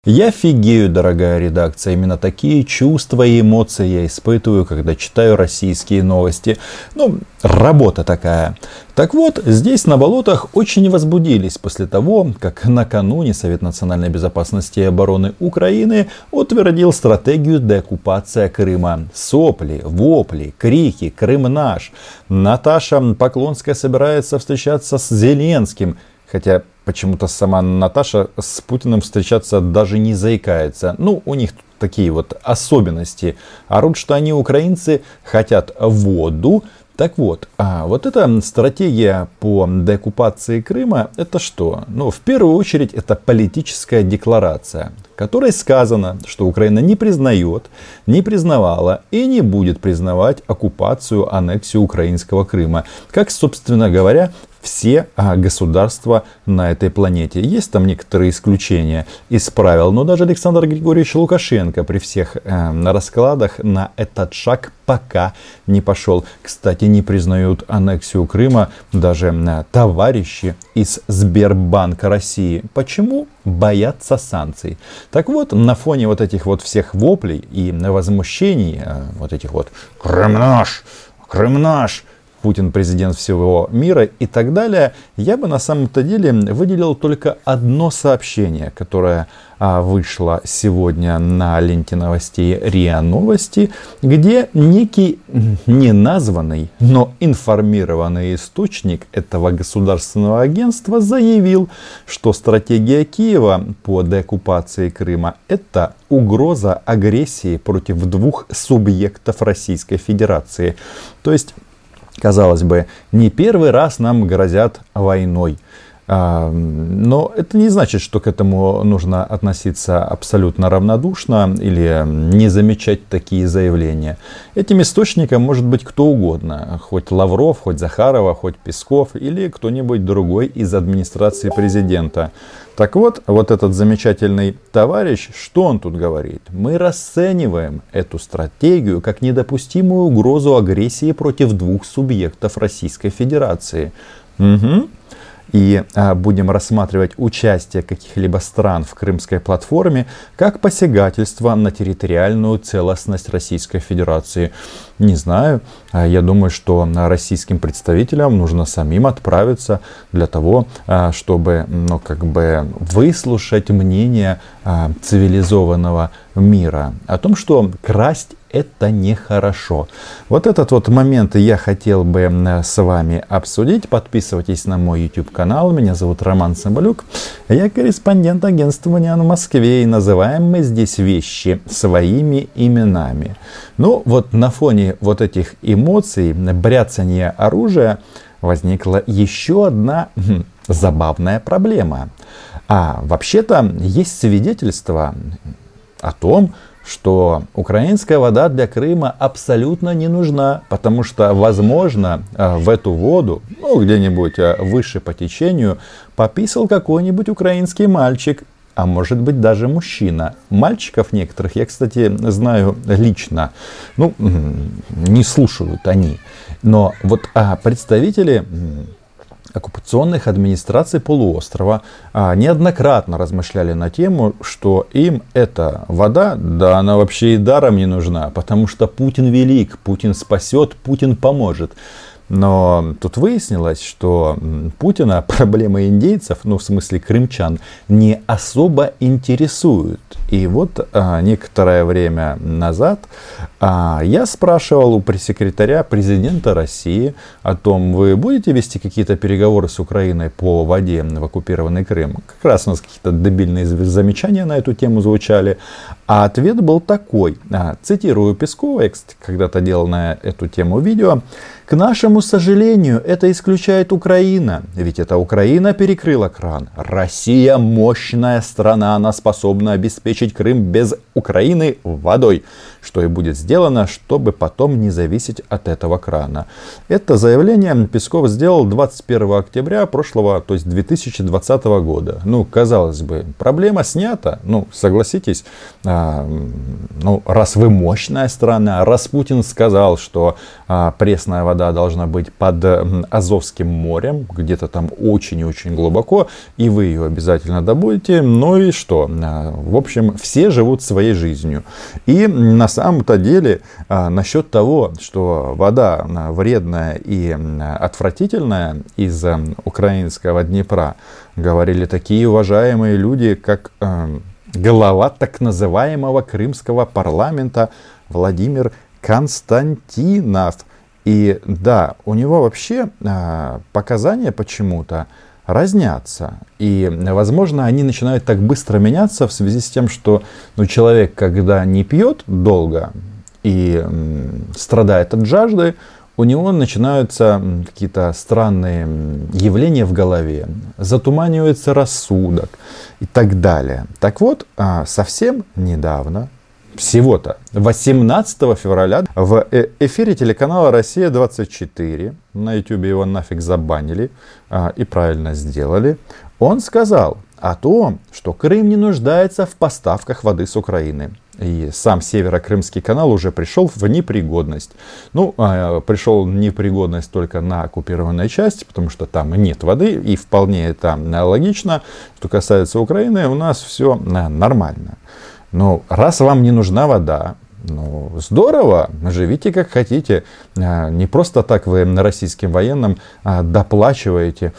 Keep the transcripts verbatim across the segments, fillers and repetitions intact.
Я фигею, дорогая редакция. Именно такие чувства и эмоции я испытываю, когда читаю российские новости. Ну, работа такая. Так вот, здесь на болотах очень возбудились после того, как накануне Совет национальной безопасности и обороны Украины утвердил стратегию деоккупации Крыма. Сопли, вопли, крики, Крым наш. Наташа Поклонская собирается встречаться с Зеленским. Хотя почему-то сама Наташа с Путиным встречаться даже не заикается. Ну, у них тут такие вот особенности. Орут, что они, украинцы, хотят воду. Так вот, а вот эта стратегия по деоккупации Крыма, это что? Ну, в первую очередь, это политическая декларация, в которой сказано, что Украина не признает, не признавала и не будет признавать оккупацию, аннексию украинского Крыма. Как, собственно говоря, все а, государства на этой планете. Есть там некоторые исключения из правил, но даже Александр Григорьевич Лукашенко при всех э, раскладах на этот шаг пока не пошел. Кстати, не признают аннексию Крыма даже э, товарищи из Сбербанка России. Почему? Боятся санкций. Так вот, на фоне вот этих вот всех воплей и возмущений, э, вот этих вот «Крым наш! Крым наш!», Путин президент всего мира и так далее, я бы на самом-то деле выделил только одно сообщение, которое а, вышло сегодня на ленте новостей РИА Новости, где некий неназванный, но информированный источник этого государственного агентства заявил, что стратегия Киева по деоккупации Крыма — это угроза агрессии против двух субъектов Российской Федерации. То есть, казалось бы, не первый раз нам грозят войной. Но это не значит, что к этому нужно относиться абсолютно равнодушно или не замечать такие заявления. Этим источником может быть кто угодно. Хоть Лавров, хоть Захарова, хоть Песков или кто-нибудь другой из администрации президента. Так вот, вот этот замечательный товарищ, что он тут говорит? Мы расцениваем эту стратегию как недопустимую угрозу агрессии против двух субъектов Российской Федерации. Угу. И а, будем рассматривать участие каких-либо стран в Крымской платформе как посягательство на территориальную целостность Российской Федерации. Не знаю, а, я думаю, что российским представителям нужно самим отправиться для того, а, чтобы ну, как бы выслушать мнение а, цивилизованного мира о том, что красть это нехорошо. Вот этот вот момент я хотел бы с вами обсудить. Подписывайтесь на мой YouTube канал. Меня зовут Роман Цымбалюк. Я корреспондент агентства «Униан» в Москве. И называем мы здесь вещи своими именами. Ну вот на фоне вот этих эмоций, бряцания оружия, возникла еще одна хм, забавная проблема. А вообще-то есть свидетельства о том, что украинская вода для Крыма абсолютно не нужна, потому что, возможно, в эту воду, ну, где-нибудь выше по течению, пописал какой-нибудь украинский мальчик, а может быть даже мужчина. Мальчиков некоторых я, кстати, знаю лично. Ну, не слушают они. Но вот а представители оккупационных администраций полуострова а, неоднократно размышляли на тему, что им эта вода, да она вообще и даром не нужна, потому что Путин велик, Путин спасет, Путин поможет. Но тут выяснилось, что Путина проблемы индейцев, ну в смысле крымчан, не особо интересуют. И вот а, некоторое время назад а, я спрашивал у пресс-секретаря президента России о том, вы будете вести какие-то переговоры с Украиной по воде в оккупированный Крым. Как раз у нас какие-то дебильные замечания на эту тему звучали. А ответ был такой. А, цитирую Пескова, я, кстати, когда-то делал на эту тему видео. К нашему сожалению, это исключает Украина. Ведь это Украина перекрыла кран. Россия мощная страна, она способна обеспечить Крым без Украины водой. Что и будет сделано сделано, чтобы потом не зависеть от этого крана. Это заявление Песков сделал двадцать первого октября прошлого, то есть две тысячи двадцатого года. Ну, казалось бы, проблема снята. Ну, согласитесь, а, ну, раз вы мощная страна, раз Путин сказал, что а, пресная вода должна быть под а, Азовским морем, где-то там очень и очень глубоко, и вы ее обязательно добудете, ну и что? А, в общем, все живут своей жизнью. И на самом-то деле, а, насчет того, что вода а, вредная и а, отвратительная из а, украинского Днепра, говорили такие уважаемые люди, как а, глава так называемого крымского парламента Владимир Константинов. И да, у него вообще а, показания почему-то разнятся. И, возможно, они начинают так быстро меняться в связи с тем, что ну, человек, когда не пьет долго и м, страдает от жажды, у него начинаются какие-то странные явления в голове, затуманивается рассудок и так далее. Так вот, а, совсем недавно, всего-то восемнадцатого февраля в эфире телеканала «Россия двадцать четыре», на ютубе его нафиг забанили а, и правильно сделали, он сказал о том, что Крым не нуждается в поставках воды с Украины. И сам Северо-Крымский канал уже пришел в непригодность. Ну, а, пришел в непригодность только на оккупированной части, потому что там нет воды, и вполне это логично. Что касается Украины, у нас все нормально. Но раз вам не нужна вода, ну, здорово, живите как хотите. Не просто так вы российским военным доплачиваете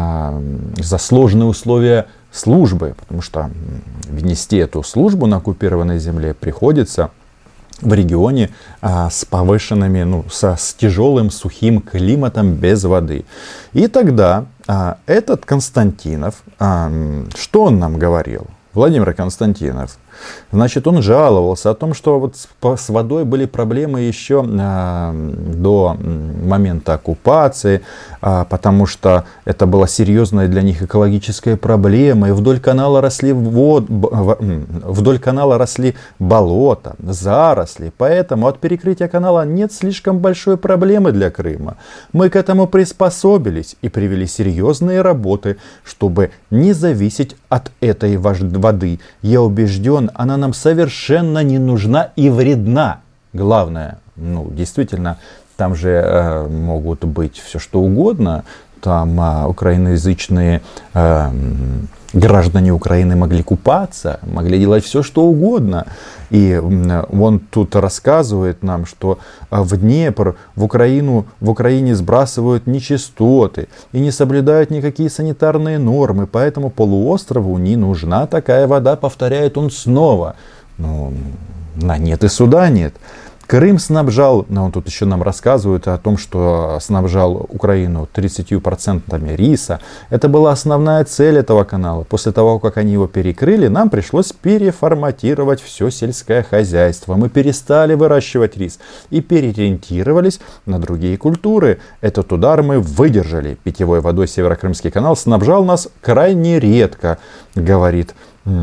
за сложные условия службы, потому что внести эту службу на оккупированной земле приходится в регионе а, с повышенными, ну, со, с тяжелым сухим климатом без воды. И тогда а, этот Константинов, а, что он нам говорил? Владимир Константинов. Значит, он жаловался о том, что вот с, с водой были проблемы еще а, до момента оккупации, а, потому что это была серьезная для них экологическая проблема. И вдоль канала росли, вод, в, вдоль канала росли болота, заросли. Поэтому от перекрытия канала нет слишком большой проблемы для Крыма. Мы к этому приспособились и привели серьезные работы, чтобы не зависеть от этой воды. Я убежден, она нам совершенно не нужна и вредна. Главное, ну, действительно, там же э, могут быть все что угодно. Там э, украиноязычные э, граждане Украины могли купаться, могли делать все что угодно. И э, он тут рассказывает нам, что э, в Днепр, в Украину, в Украине сбрасывают нечистоты и не соблюдают никакие санитарные нормы. Поэтому полуострову не нужна такая вода, повторяет он снова. Ну, на нет и суда нет. Крым снабжал, ну, он тут еще нам рассказывает о том, что снабжал Украину тридцатью процентами риса. Это была основная цель этого канала. После того, как они его перекрыли, нам пришлось переформатировать все сельское хозяйство. Мы перестали выращивать рис и переориентировались на другие культуры. Этот удар мы выдержали. Питьевой водой Северо-Крымский канал снабжал нас крайне редко, говорит,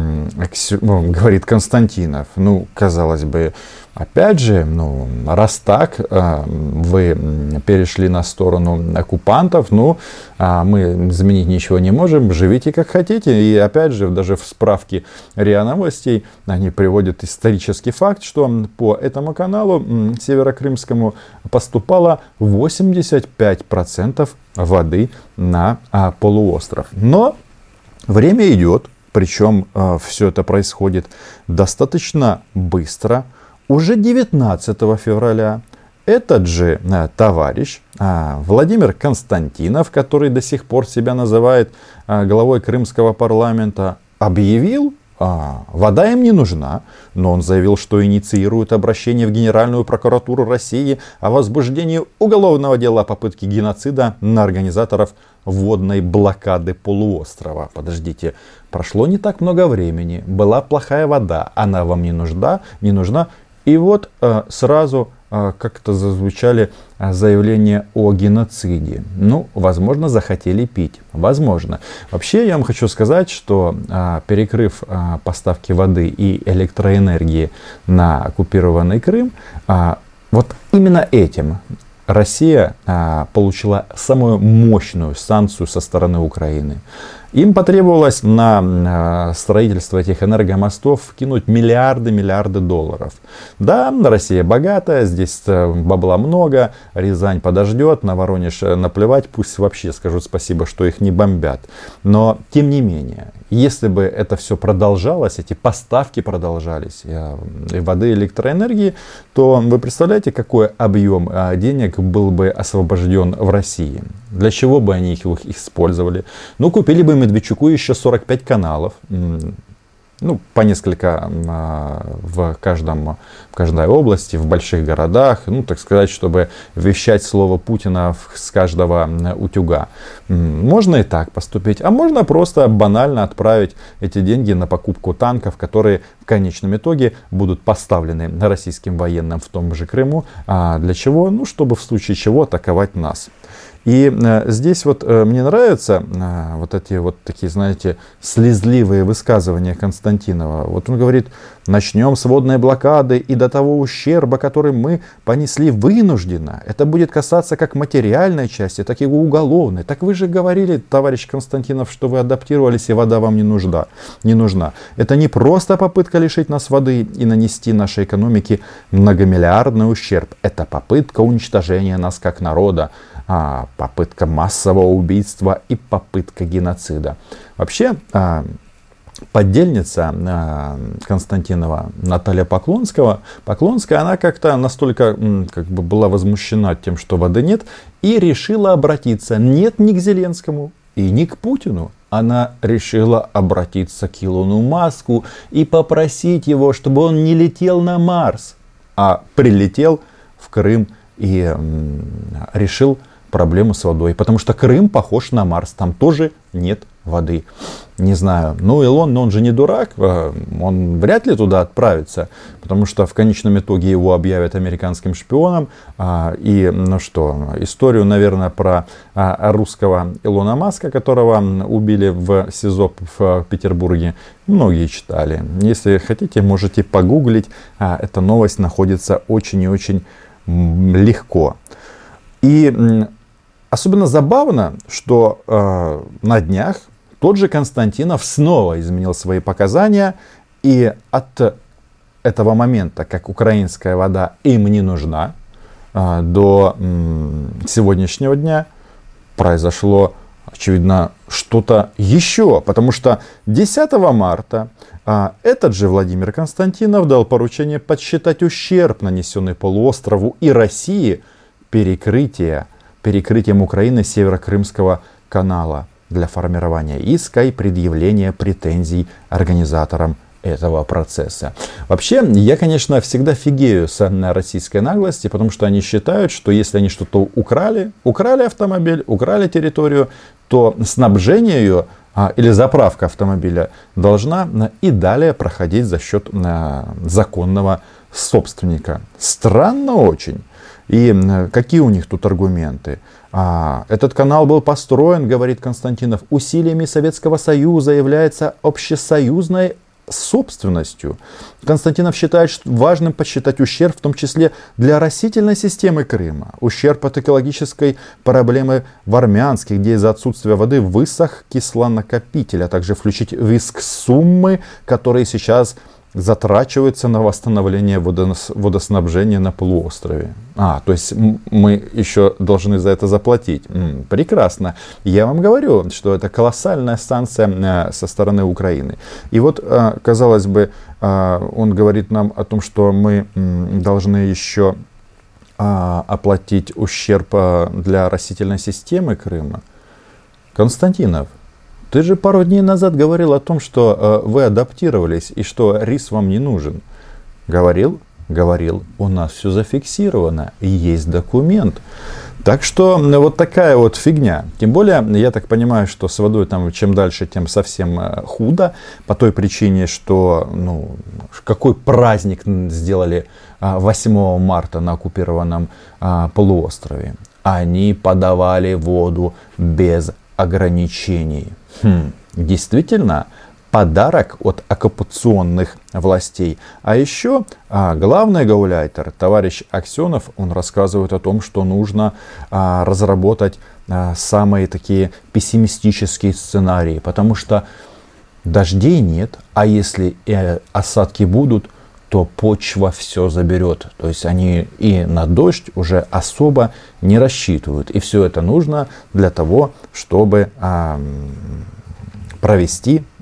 говорит Константинов. Ну, казалось бы, опять же, ну, раз так, вы перешли на сторону оккупантов, ну, мы изменить ничего не можем, живите как хотите. И опять же, даже в справке РИА Новостей они приводят исторический факт, что по этому каналу Северо-Крымскому поступало восемьдесят пять процентов воды на полуостров. Но время идет. Причем э, все это происходит достаточно быстро. Уже девятнадцатого февраля этот же э, товарищ э, Владимир Константинов, который до сих пор себя называет э, главой Крымского парламента, объявил, а, вода им не нужна, но он заявил, что инициирует обращение в Генеральную прокуратуру России о возбуждении уголовного дела о попытке геноцида на организаторов водной блокады полуострова. Подождите, прошло не так много времени, была плохая вода, она вам не нужна, не нужна. И вот э, сразу как-то зазвучали заявления о геноциде. Ну, возможно, захотели пить. Возможно. Вообще, я вам хочу сказать, что перекрыв поставки воды и электроэнергии на оккупированный Крым, вот именно этим Россия а, получила самую мощную санкцию со стороны Украины. Им потребовалось на а, строительство этих энергомостов вкинуть миллиарды, миллиарды долларов. Да, Россия богатая, здесь бабла много, Рязань подождет, на Воронеж наплевать, пусть вообще скажут спасибо, что их не бомбят. Но, тем не менее, если бы это все продолжалось, эти поставки продолжались, и воды, и электроэнергии, то вы представляете, какой объем денег был бы освобожден в России? Для чего бы они их использовали? Ну, купили бы Медведчуку еще сорок пять каналов. Ну, по несколько в, каждом, в каждой области, в больших городах, ну, так сказать, чтобы вещать слово Путина с каждого утюга. Можно и так поступить, а можно просто банально отправить эти деньги на покупку танков, которые в конечном итоге будут поставлены российским военным в том же Крыму. А для чего? Ну, чтобы в случае чего атаковать нас. И э, здесь вот э, мне нравятся э, вот эти вот такие, знаете, слезливые высказывания Константинова. Вот он говорит: начнем с водной блокады, и до того ущерба, который мы понесли вынужденно, это будет касаться как материальной части, так и уголовной. Так вы же говорили, товарищ Константинов, что вы адаптировались, и вода вам не нужна. Не нужна. Это не просто попытка лишить нас воды и нанести нашей экономике многомиллиардный ущерб. Это попытка уничтожения нас как народа. А, попытка массового убийства и попытка геноцида. Вообще, а, подельница а, Константинова Наталья Поклонского, Поклонская, она как-то настолько как бы была возмущена тем, что воды нет, и решила обратиться нет не к Зеленскому и не к Путину. Она решила обратиться к Илону Маску и попросить его, чтобы он не летел на Марс, а прилетел в Крым и м, решил проблему с водой. Потому что Крым похож на Марс. Там тоже нет воды. Не знаю. Ну, Илон, но он же не дурак. Он вряд ли туда отправится. Потому что в конечном итоге его объявят американским шпионом. И, ну что, историю, наверное, про русского Илона Маска, которого убили в СИЗО в Петербурге, многие читали. Если хотите, можете погуглить. Эта новость находится очень и очень легко. И особенно забавно, что э, на днях тот же Константинов снова изменил свои показания. И от этого момента, как украинская вода им не нужна, э, до э, сегодняшнего дня произошло, очевидно, что-то еще. Потому что десятого марта э, этот же Владимир Константинов дал поручение подсчитать ущерб, нанесенный полуострову и России, перекрытие перекрытием Украины Северокрымского канала для формирования иска и предъявления претензий организаторам этого процесса. Вообще, я, конечно, всегда фигею с российской наглости, потому что они считают, что если они что-то украли, украли автомобиль, украли территорию, то снабжение ее а, или заправка автомобиля должна а, и далее проходить за счет а, законного собственника. Странно очень. И какие у них тут аргументы? А, этот канал был построен, говорит Константинов, усилиями Советского Союза, является общесоюзной собственностью. Константинов считает что важным подсчитать ущерб, в том числе для оросительной системы Крыма. Ущерб от экологической проблемы в Армянске, где из-за отсутствия воды высох кислонакопитель, а также включить в иск суммы, которые сейчас затрачиваются на восстановление водоснабжения на полуострове. А, то есть мы еще должны за это заплатить. М-м, прекрасно. Я вам говорю, что это колоссальная санкция со стороны Украины. И вот, казалось бы, он говорит нам о том, что мы должны еще оплатить ущерб для растительной системы Крыма. Константинов, ты же пару дней назад говорил о том, что э, вы адаптировались и что рис вам не нужен. Говорил? Говорил. У нас все зафиксировано. И есть документ. Так что вот такая вот фигня. Тем более, я так понимаю, что с водой там чем дальше, тем совсем худо. По той причине, что ну, какой праздник сделали восьмого марта на оккупированном полуострове? Они подавали воду без ограничений. Хм, действительно, подарок от оккупационных властей. А еще а, главный гауляйтер, товарищ Аксенов, он рассказывает о том, что нужно а, разработать а, самые такие пессимистические сценарии, потому что дождей нет, а если э, осадки будут, то почва все заберет. То есть они и на дождь уже особо не рассчитывают. И все это нужно для того, чтобы а, провести,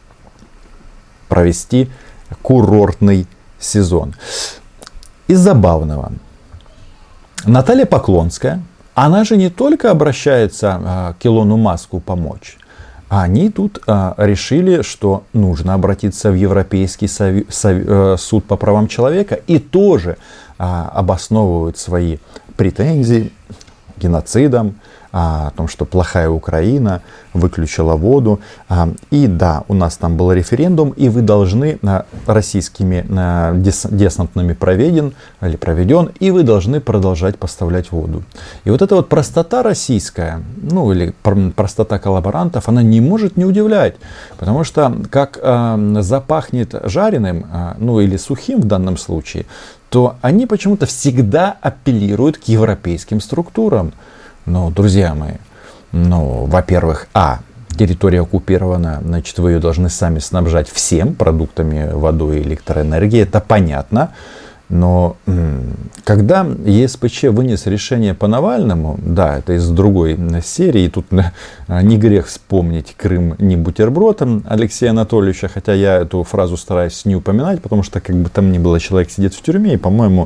провести курортный сезон. Из забавного. Наталья Поклонская, она же не только обращается а, к Илону Маску помочь. Они тут а, решили, что нужно обратиться в Европейский сови- сови- э, суд по правам человека и тоже а, обосновывают свои претензии геноцидом, а, о том, что плохая Украина выключила воду. А, и да, у нас там был референдум, и вы должны а, российскими а, дес- десантными проведен или проведен, и вы должны продолжать поставлять воду. И вот эта вот простота российская, ну или пр- простота коллаборантов, она не может не удивлять, потому что как а, запахнет жареным, а, ну или сухим в данном случае, то они почему-то всегда апеллируют к европейским структурам. Ну, друзья мои, ну, во-первых, а, территория оккупирована, значит, вы ее должны сами снабжать всем продуктами, водой и электроэнергией, это понятно. Но когда ЕСПЧ вынес решение по Навальному, да, это из другой серии, тут не грех вспомнить Крым не бутербродом Алексея Анатольевича, хотя я эту фразу стараюсь не упоминать, потому что как бы там ни было, человек сидит в тюрьме, и, по-моему,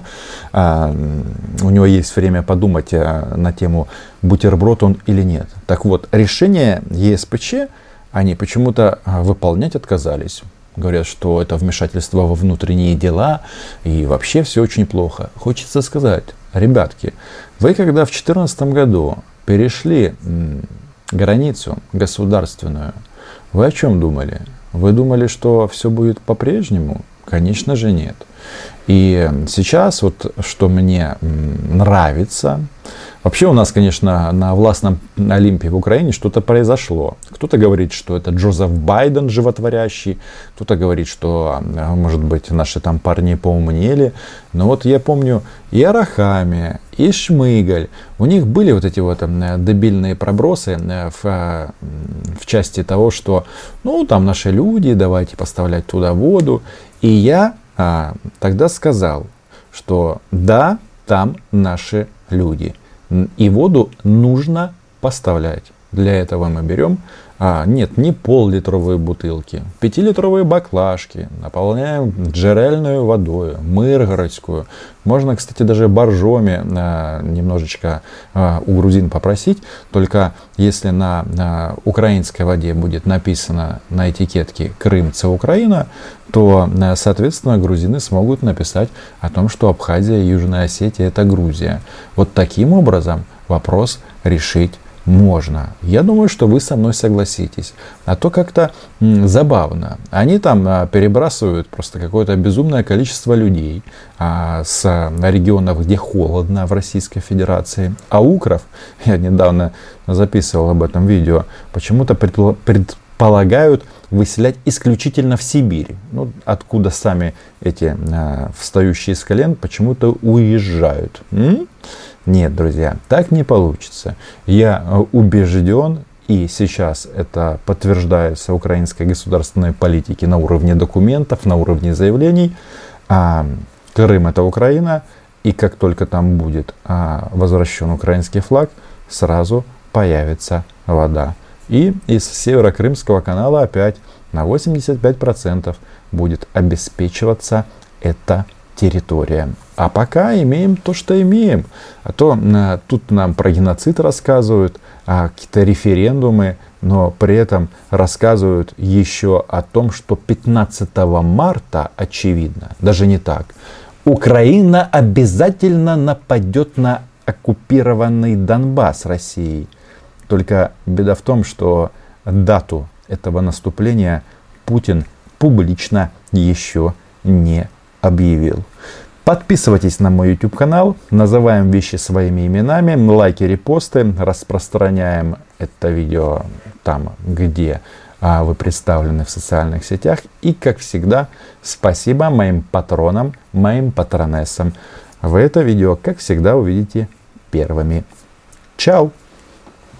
у него есть время подумать на тему, бутерброд он или нет. Так вот, решение ЕСПЧ они почему-то выполнять отказались. Говорят, что это вмешательство во внутренние дела и вообще все очень плохо. Хочется сказать, ребятки, вы когда в две тысячи четырнадцатом году перешли м, границу государственную, вы о чем думали? Вы думали, что все будет по-прежнему? Конечно же нет. И сейчас вот что мне м, нравится, вообще у нас, конечно, на властном Олимпе в Украине что-то произошло. Кто-то говорит, что это Джозеф Байден животворящий, кто-то говорит, что, может быть, наши там парни поумнели. Но вот я помню и Арахамия, и Шмыгаль, у них были вот эти вот там дебильные пробросы в, в части того, что, ну, там наши люди, давайте поставлять туда воду. И я а, тогда сказал, что да, там наши люди. И воду нужно поставлять. Для этого мы берем, а, нет, не пол-литровые бутылки, пятилитровые баклажки, наполняем джерельную водой, мыргородскую. Можно, кстати, даже боржоми а, немножечко а, у грузин попросить. Только если на, на украинской воде будет написано на этикетке «Крым, це Украина», то, соответственно, грузины смогут написать о том, что Абхазия и Южная Осетия — это Грузия. Вот таким образом вопрос решить можно. Я думаю, что вы со мной согласитесь. А то как-то м, забавно. Они там а, перебрасывают просто какое-то безумное количество людей а, с регионов, где холодно в Российской Федерации. А укров, я недавно записывал об этом видео, почему-то предпо- предполагают выселять исключительно в Сибирь. Ну, откуда сами эти а, встающие с колен почему-то уезжают. М? Нет, друзья, так не получится. Я убежден, и сейчас это подтверждается украинской государственной политикой на уровне документов, на уровне заявлений. А, Крым — это Украина, и как только там будет а, возвращен украинский флаг, сразу появится вода. И из Северо-Крымского канала опять на восемьдесят пять процентов будет обеспечиваться эта территория. А пока имеем то, что имеем. А то а, тут нам про геноцид рассказывают, а, какие-то референдумы, но при этом рассказывают еще о том, что пятнадцатого марта, очевидно, даже не так, Украина обязательно нападет на оккупированный Донбасс Россией. Только беда в том, что дату этого наступления Путин публично еще не объявил. Подписывайтесь на мой YouTube канал, называем вещи своими именами, лайки, репосты, распространяем это видео там, где а, вы представлены в социальных сетях. И, как всегда, спасибо моим патронам, моим патронессам. Вы это видео, как всегда, увидите первыми. Чао!